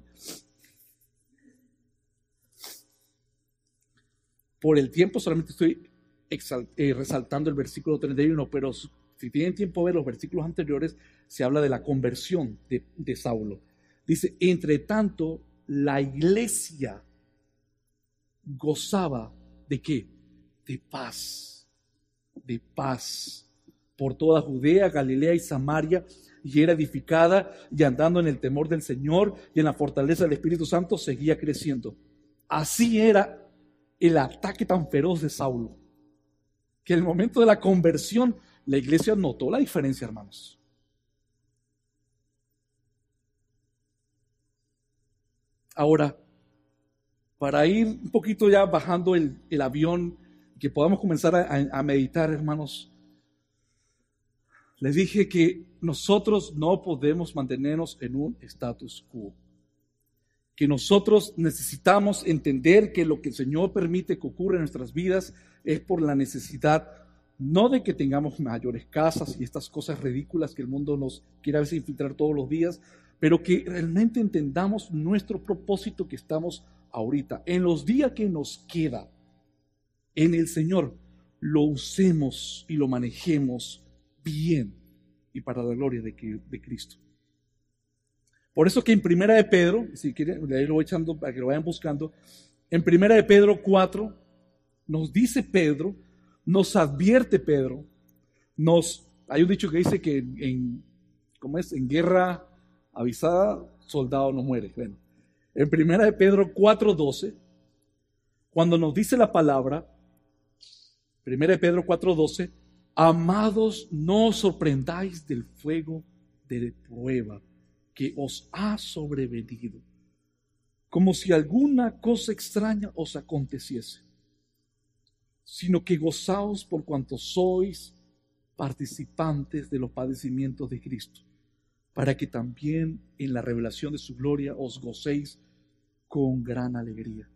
Por el tiempo solamente estoy exalt- eh, resaltando el versículo treinta y uno, pero si tienen tiempo de ver los versículos anteriores, se habla de la conversión de, de Saulo. Dice, entre tanto, la iglesia gozaba ¿de qué? De paz, de paz por toda Judea, Galilea y Samaria, y era edificada y andando en el temor del Señor y en la fortaleza del Espíritu Santo seguía creciendo. Así era el ataque tan feroz de Saulo, que en el momento de la conversión la iglesia notó la diferencia, hermanos. Ahora, para ir un poquito ya bajando el, el avión, que podamos comenzar a, a meditar, hermanos, les dije que nosotros no podemos mantenernos en un status quo, que nosotros necesitamos entender que lo que el Señor permite que ocurra en nuestras vidas es por la necesidad, no de que tengamos mayores casas y estas cosas ridículas que el mundo nos quiere a veces infiltrar todos los días, pero que realmente entendamos nuestro propósito que estamos ahorita, en los días que nos queda, en el Señor, lo usemos y lo manejemos bien y para la gloria de, de Cristo. Por eso que en Primera de Pedro, si quieren, ahí lo voy echando para que lo vayan buscando, en Primera de Pedro cuatro, nos dice Pedro, nos advierte Pedro, nos, hay un dicho que dice que en, en ¿cómo es? En guerra avisada, soldado no muere. Bueno, en Primera de Pedro cuatro doce, cuando nos dice la palabra, Primera de Pedro cuatro doce, amados, no os sorprendáis del fuego de prueba que os ha sobrevenido, como si alguna cosa extraña os aconteciese, sino que gozaos por cuanto sois participantes de los padecimientos de Cristo, para que también en la revelación de su gloria os gocéis con gran alegría.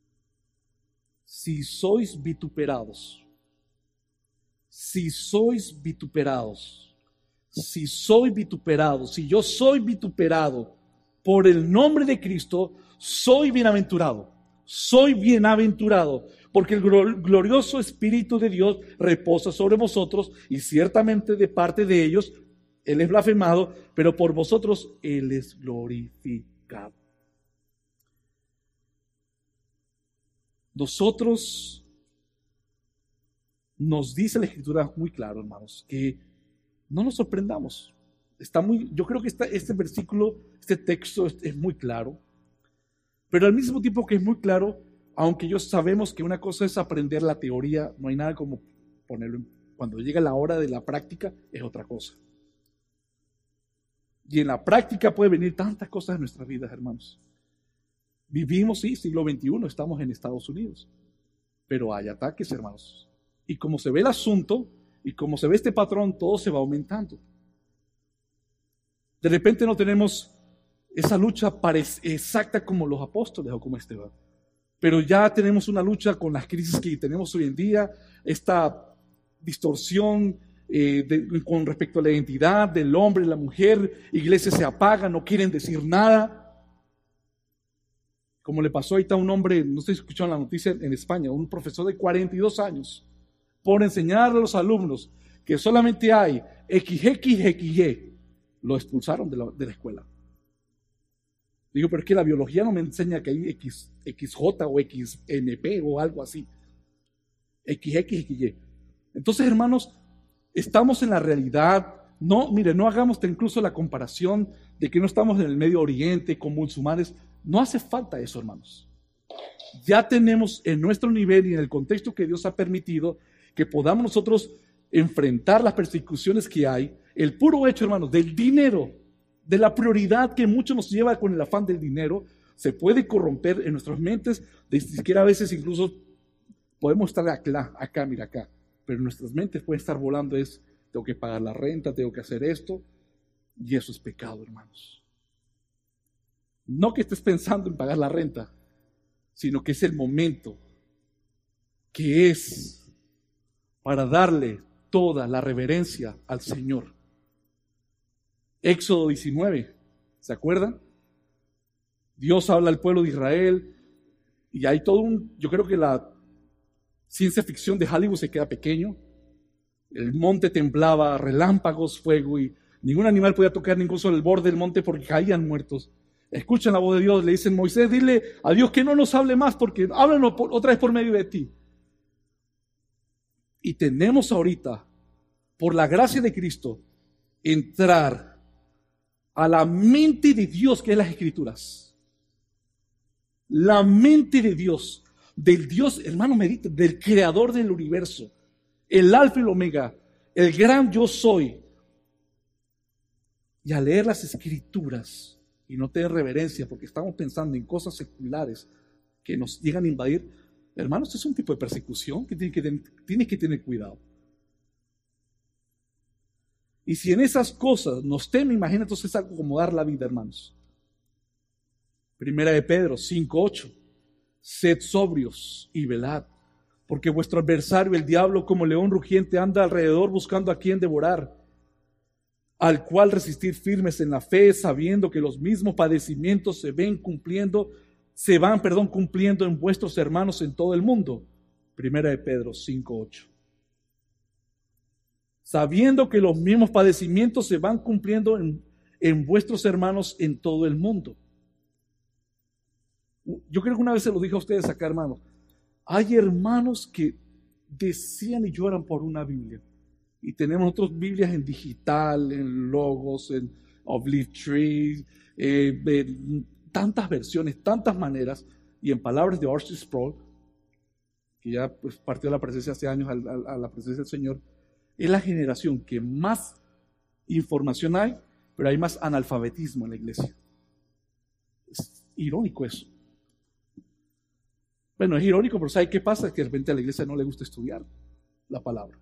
Si sois vituperados, si sois vituperados, si soy vituperado, si yo soy vituperado por el nombre de Cristo, soy bienaventurado. Soy bienaventurado, porque el glorioso Espíritu de Dios reposa sobre vosotros, y ciertamente de parte de ellos Él es blasfemado, pero por vosotros Él es glorificado. Nosotros, nos dice la Escritura muy claro, hermanos, que no nos sorprendamos. Está muy, yo creo que esta, este versículo, este texto es, es muy claro, pero al mismo tiempo que es muy claro, aunque yo sabemos que una cosa es aprender la teoría, no hay nada como ponerlo en, cuando llega la hora de la práctica, es otra cosa. Y en la práctica puede venir tantas cosas en nuestras vidas, hermanos. Vivimos, sí, siglo veintiuno, estamos en Estados Unidos, pero hay ataques, hermanos. Y como se ve el asunto, y como se ve este patrón, todo se va aumentando. De repente no tenemos esa lucha exacta como los apóstoles o como Esteban, pero ya tenemos una lucha con las crisis que tenemos hoy en día, esta distorsión eh, de, con respecto a la identidad del hombre y la mujer. Iglesias se apagan, no quieren decir nada. Como le pasó ahorita a un hombre, no sé si escucharon la noticia en España, un profesor de cuarenta y dos años, por enseñar a los alumnos que solamente hay equis equis equis ye, lo expulsaron de la, de la escuela. Digo, pero es que la biología no me enseña que hay X, equis jota o equis eme pe o algo así. equis equis equis ye. Entonces, hermanos, estamos en la realidad. No, mire, no hagamos incluso la comparación de que no estamos en el Medio Oriente con musulmanes. No hace falta eso, hermanos. Ya tenemos en nuestro nivel y en el contexto que Dios ha permitido que podamos nosotros enfrentar las persecuciones que hay. El puro hecho, hermanos, del dinero, de la prioridad que mucho nos lleva con el afán del dinero, se puede corromper en nuestras mentes. De siquiera a veces incluso podemos estar acá, acá, mira acá, pero nuestras mentes pueden estar volando. Es, tengo que pagar la renta, tengo que hacer esto, y eso es pecado, hermanos. No que estés pensando en pagar la renta, sino que es el momento que es para darle toda la reverencia al Señor. Éxodo diecinueve, ¿se acuerdan? Dios habla al pueblo de Israel y hay todo un, yo creo que la ciencia ficción de Hollywood se queda pequeño. El monte temblaba, relámpagos, fuego, y ningún animal podía tocar ningún solo el borde del monte porque caían muertos. Escuchan la voz de Dios, le dicen: Moisés, dile a Dios que no nos hable más porque háblanos por, otra vez por medio de ti. Y tenemos ahorita, por la gracia de Cristo, entrar a la mente de Dios, que es las Escrituras. La mente de Dios, del Dios, hermano, medita, del creador del universo, el alfa y el omega, el gran yo soy. Y al leer las Escrituras y no tener reverencia porque estamos pensando en cosas seculares que nos llegan a invadir, hermanos, esto es un tipo de persecución que tiene que, tiene que tener cuidado. Y si en esas cosas nos teme, imagina entonces algo como dar la vida, hermanos. Primera de Pedro cinco ocho. Sed sobrios y velad, porque vuestro adversario, el diablo, como león rugiente, anda alrededor buscando a quien devorar, al cual resistir firmes en la fe, sabiendo que los mismos padecimientos se ven cumpliendo, se van, perdón, cumpliendo en vuestros hermanos en todo el mundo. Primera de Pedro cinco ocho. Sabiendo que los mismos padecimientos se van cumpliendo en, en vuestros hermanos en todo el mundo. Yo creo que una vez se lo dije a ustedes acá, hermanos. Hay hermanos que desean y lloran por una Biblia. Y tenemos otras Biblias en digital, en Logos, en Olive Tree, eh, en tantas versiones, tantas maneras. Y en palabras de R C Sproul, que ya pues, partió de la presencia hace años a, a, a la presencia del Señor, es la generación que más información hay, pero hay más analfabetismo en la iglesia. Es irónico eso. Bueno, es irónico, pero ¿sabe qué pasa? Que de repente a la iglesia no le gusta estudiar la palabra.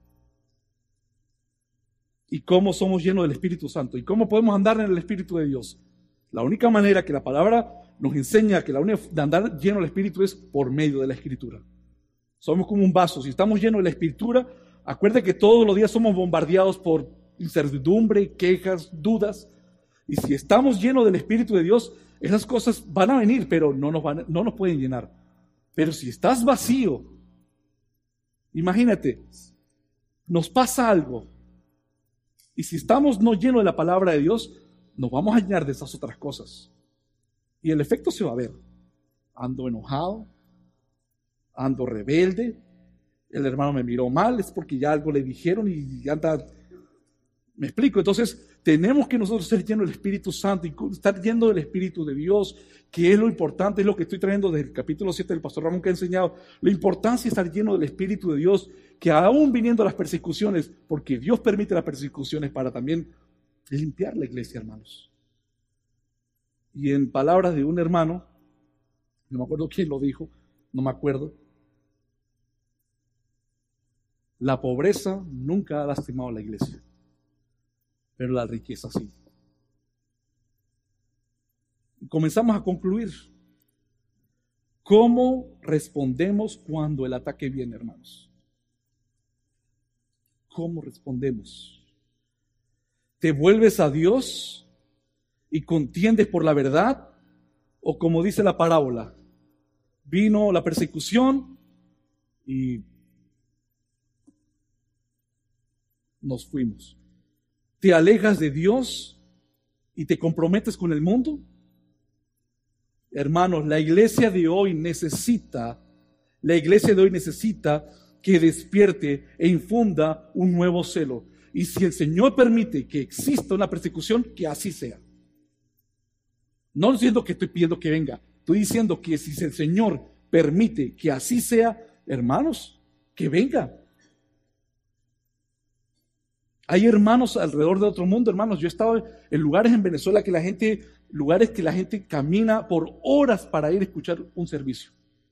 ¿Y cómo somos llenos del Espíritu Santo? ¿Y cómo podemos andar en el Espíritu de Dios? La única manera que la palabra nos enseña que la única de andar lleno del Espíritu es por medio de la Escritura. Somos como un vaso. Si estamos llenos de la Escritura, acuérdense que todos los días somos bombardeados por incertidumbre, quejas, dudas. Y si estamos llenos del Espíritu de Dios, esas cosas van a venir, pero no nos, van, no nos pueden llenar. Pero si estás vacío, imagínate, nos pasa algo. Y si estamos no llenos de la palabra de Dios, nos vamos a llenar de esas otras cosas. Y el efecto se va a ver. Ando enojado, ando rebelde, el hermano me miró mal, es porque ya algo le dijeron y anda... ¿Me explico? Entonces, tenemos que nosotros ser llenos del Espíritu Santo y estar llenos del Espíritu de Dios, que es lo importante, es lo que estoy trayendo desde el capítulo siete del pastor Ramón que ha enseñado, la importancia de estar lleno del Espíritu de Dios, que aún viniendo las persecuciones, porque Dios permite las persecuciones para también limpiar la iglesia, hermanos. Y en palabras de un hermano, no me acuerdo quién lo dijo, no me acuerdo, la pobreza nunca ha lastimado a la iglesia, pero la riqueza sí. Comenzamos a concluir. ¿Cómo respondemos cuando el ataque viene, hermanos? ¿Cómo respondemos? ¿Te vuelves a Dios y contiendes por la verdad? O como dice la parábola, vino la persecución y nos fuimos. ¿Te alejas de Dios y te comprometes con el mundo? Hermanos, la iglesia de hoy necesita, la iglesia de hoy necesita que despierte e infunda un nuevo celo. Y si el Señor permite que exista una persecución, que así sea. No diciendo que estoy pidiendo que venga, estoy diciendo que si el Señor permite que así sea, hermanos, que venga. Hay hermanos alrededor de otro mundo, hermanos. Yo he estado en lugares en Venezuela que la gente, lugares que la gente camina por horas para ir a escuchar un servicio.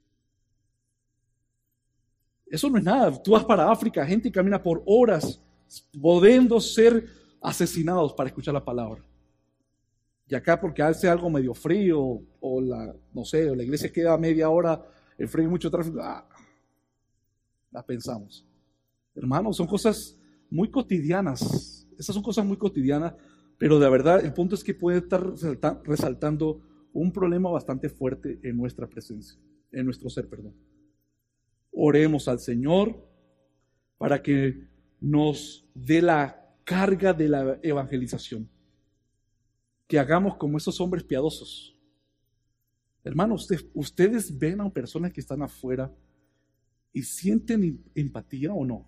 Eso no es nada. Tú vas para África, gente camina por horas, pudiendo ser asesinados para escuchar la palabra. Y acá porque hace algo medio frío, o la, no sé, o la iglesia queda media hora, el frío y mucho tráfico, ah, la pensamos. Hermanos, son cosas muy cotidianas, esas son cosas muy cotidianas, pero de verdad el punto es que puede estar resaltando un problema bastante fuerte en nuestra presencia, en nuestro ser, perdón. Oremos al Señor para que nos dé la carga de la evangelización, que hagamos como esos hombres piadosos. Hermanos, ustedes, ustedes ven a personas que están afuera y sienten empatía o no.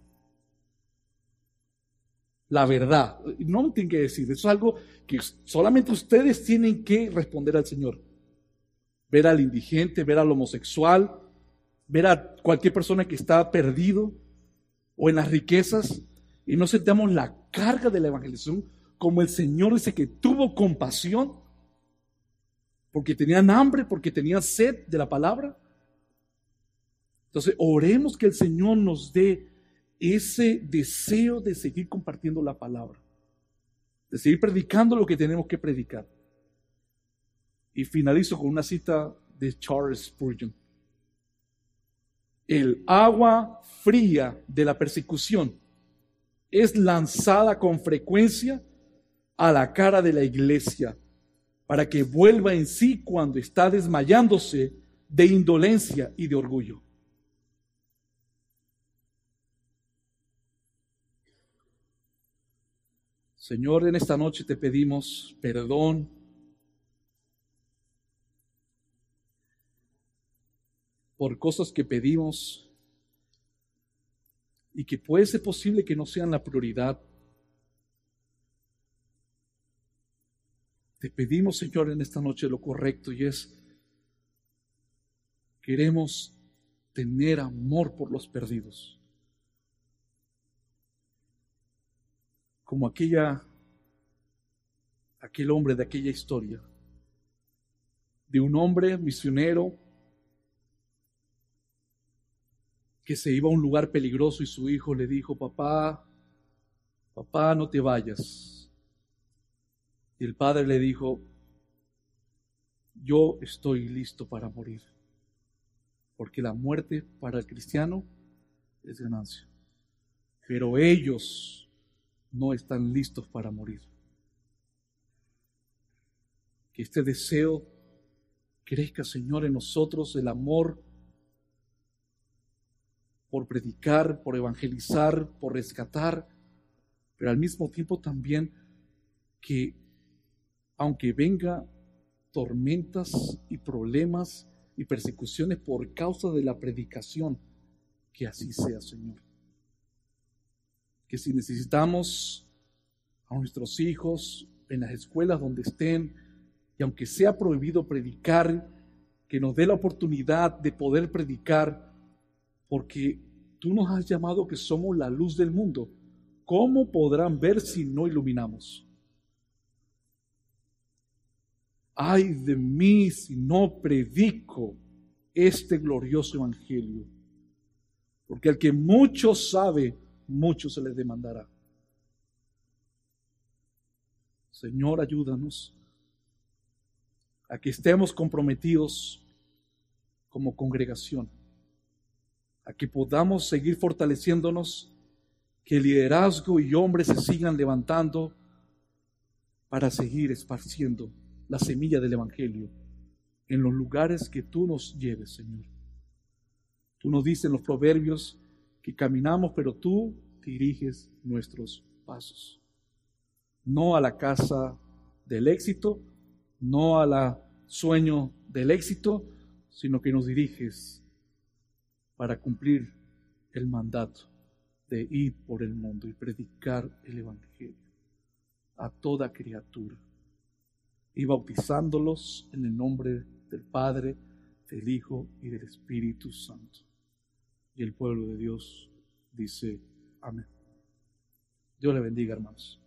La verdad, no me tienen que decir, eso es algo que solamente ustedes tienen que responder al Señor. Ver al indigente, ver al homosexual, ver a cualquier persona que está perdido o en las riquezas y no sentamos la carga de la evangelización como el Señor dice que tuvo compasión porque tenían hambre, porque tenían sed de la palabra. Entonces oremos que el Señor nos dé ese deseo de seguir compartiendo la palabra, de seguir predicando lo que tenemos que predicar. Y finalizo con una cita de Charles Spurgeon. El agua fría de la persecución es lanzada con frecuencia a la cara de la iglesia para que vuelva en sí cuando está desmayándose de indolencia y de orgullo. Señor, en esta noche te pedimos perdón por cosas que pedimos y que puede ser posible que no sean la prioridad. Te pedimos, Señor, en esta noche lo correcto y es, queremos tener amor por los perdidos. Como aquella, aquel hombre de aquella historia, de un hombre misionero que se iba a un lugar peligroso y su hijo le dijo, papá, papá, no te vayas. Y el padre le dijo, yo estoy listo para morir, porque la muerte para el cristiano es ganancia, pero ellos no están listos para morir. que este deseo crezca, Señor, en nosotros, el amor por predicar, por evangelizar, por rescatar, pero al mismo tiempo también que aunque venga tormentas y problemas y persecuciones por causa de la predicación, que así sea, Señor. Que si necesitamos a nuestros hijos en las escuelas donde estén, y aunque sea prohibido predicar, que nos dé la oportunidad de poder predicar, porque tú nos has llamado que somos la luz del mundo. ¿Cómo podrán ver si no iluminamos? Ay de mí si no predico este glorioso evangelio, porque al que mucho sabe, mucho se le demandará. Señor, ayúdanos a que estemos comprometidos como congregación, a que podamos seguir fortaleciéndonos, que el liderazgo y hombres se sigan levantando para seguir esparciendo la semilla del evangelio en los lugares que tú nos lleves, Señor. Tú nos dices en los proverbios que caminamos, pero tú diriges nuestros pasos. No a la casa del éxito, no a la sueño del éxito, sino que nos diriges para cumplir el mandato de ir por el mundo y predicar el evangelio a toda criatura, y bautizándolos en el nombre del Padre, del Hijo y del Espíritu Santo. Y el pueblo de Dios dice amén. Dios le bendiga, hermanos.